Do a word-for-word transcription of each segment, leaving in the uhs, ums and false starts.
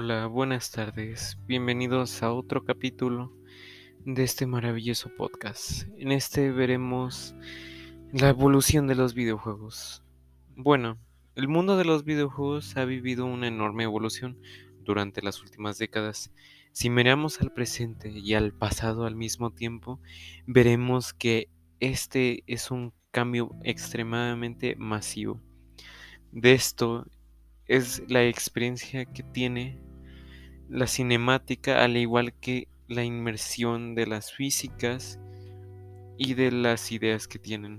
Hola, buenas tardes. Bienvenidos a otro capítulo de este maravilloso podcast. En este veremos la evolución de los videojuegos. Bueno, el mundo de los videojuegos ha vivido una enorme evolución durante las últimas décadas. Si miramos al presente y al pasado al mismo tiempo, veremos que este es un cambio extremadamente masivo. De esto es la experiencia que tiene la cinemática, al igual que la inmersión de las físicas y de las ideas que tienen.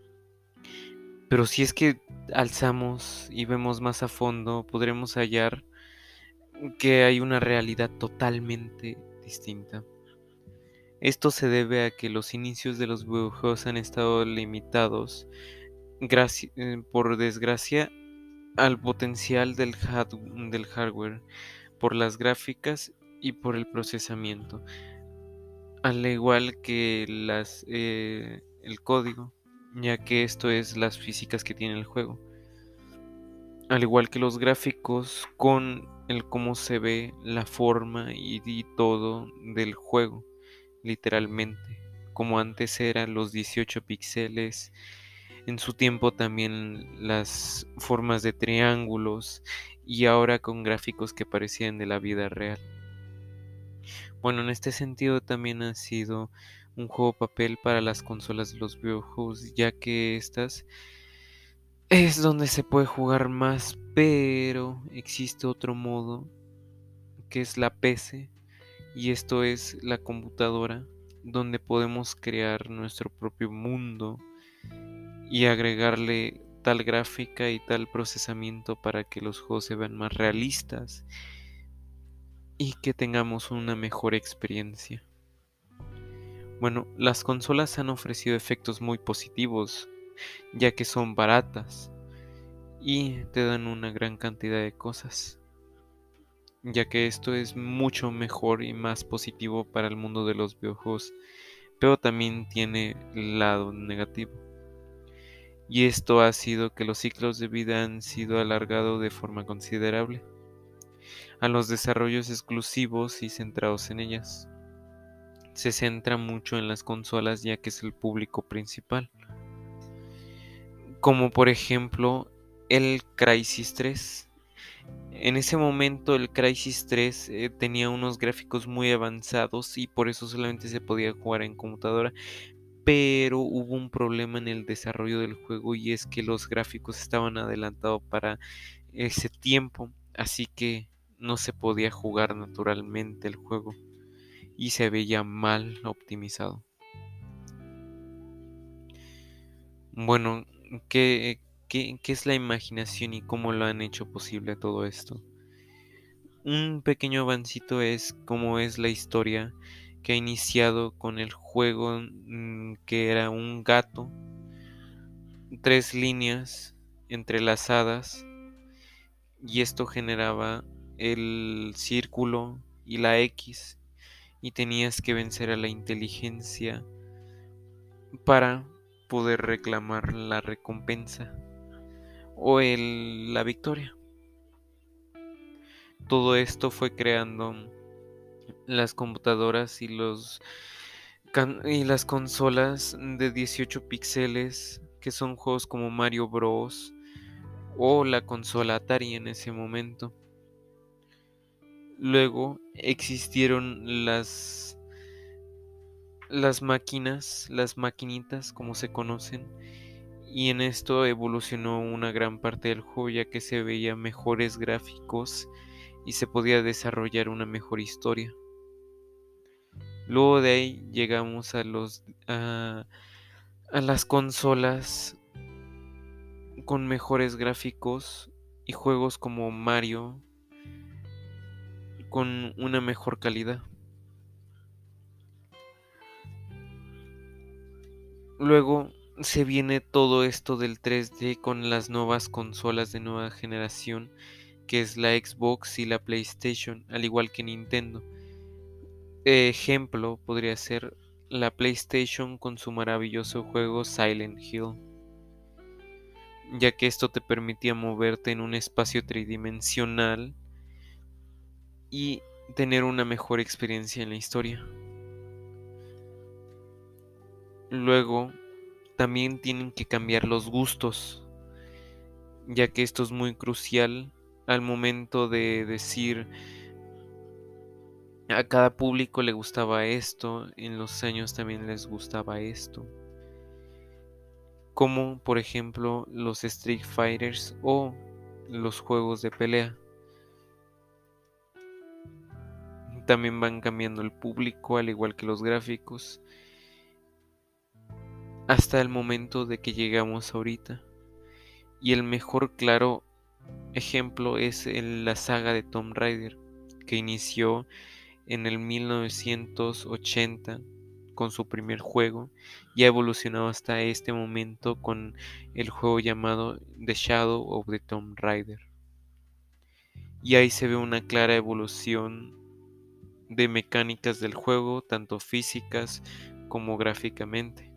Pero si es que alzamos y vemos más a fondo, podremos hallar que hay una realidad totalmente distinta. Esto se debe a que los inicios de los videojuegos han estado limitados, graci- eh, por desgracia, al potencial del, hard- del hardware, por las gráficas y por el procesamiento, al igual que las eh, el código, ya que esto es las físicas que tiene el juego, al igual que los gráficos con el cómo se ve la forma y, y todo del juego, literalmente, como antes eran los dieciocho píxeles, en su tiempo también las formas de triángulos y ahora con gráficos que parecían de la vida real. Bueno, en este sentido también ha sido un juego papel para las consolas de los videojuegos, ya que estas es donde se puede jugar más, pero existe otro modo que es la P C, y esto es la computadora, donde podemos crear nuestro propio mundo y agregarle tal gráfica y tal procesamiento para que los juegos se vean más realistas y que tengamos una mejor experiencia. Bueno, las consolas han ofrecido efectos muy positivos, ya que son baratas y te dan una gran cantidad de cosas, ya que esto es mucho mejor y más positivo para el mundo de los videojuegos, pero también tiene el lado negativo. Y esto ha sido que los ciclos de vida han sido alargados de forma considerable a los desarrollos exclusivos y centrados en ellas. Se centra mucho en las consolas ya que es el público principal, como por ejemplo el Crysis tres. En ese momento el Crysis tres eh, tenía unos gráficos muy avanzados y por eso solamente se podía jugar en computadora, pero hubo un problema en el desarrollo del juego y es que los gráficos estaban adelantados para ese tiempo, así que no se podía jugar naturalmente el juego y se veía mal optimizado. Bueno, ¿qué, qué, qué es la imaginación y cómo lo han hecho posible todo esto? Un pequeño avancito es cómo es la historia que ha iniciado con el juego, mm, que era un gato, tres líneas entrelazadas, y esto generaba el círculo y la X, y tenías que vencer a la inteligencia para poder reclamar la recompensa o el, la victoria. Todo esto fue creando las computadoras y los can- y las consolas de dieciocho píxeles, que son juegos como Mario Bros o la consola Atari en ese momento. Luego existieron las las máquinas, las maquinitas como se conocen, y en esto evolucionó una gran parte del juego ya que se veía mejores gráficos y se podía desarrollar una mejor historia. Luego de ahí llegamos a los a, a las consolas con mejores gráficos y juegos como Mario con una mejor calidad. Luego se viene todo esto del tres D con las nuevas consolas de nueva generación, que es la Xbox y la PlayStation, al igual que Nintendo. Ejemplo podría ser la PlayStation con su maravilloso juego Silent Hill, ya que esto te permitía moverte en un espacio tridimensional y tener una mejor experiencia en la historia. Luego, también tienen que cambiar los gustos, ya que esto es muy crucial al momento de decir a cada público le gustaba esto, en los años también les gustaba esto, como por ejemplo los Street Fighters o los juegos de pelea. También van cambiando el público al igual que los gráficos hasta el momento de que llegamos ahorita. Y el mejor claro ejemplo es en la saga de Tomb Raider, que inició en el mil novecientos ochenta con su primer juego y ha evolucionado hasta este momento con el juego llamado The Shadow of the Tomb Raider. Y ahí se ve una clara evolución de mecánicas del juego, tanto físicas como gráficamente.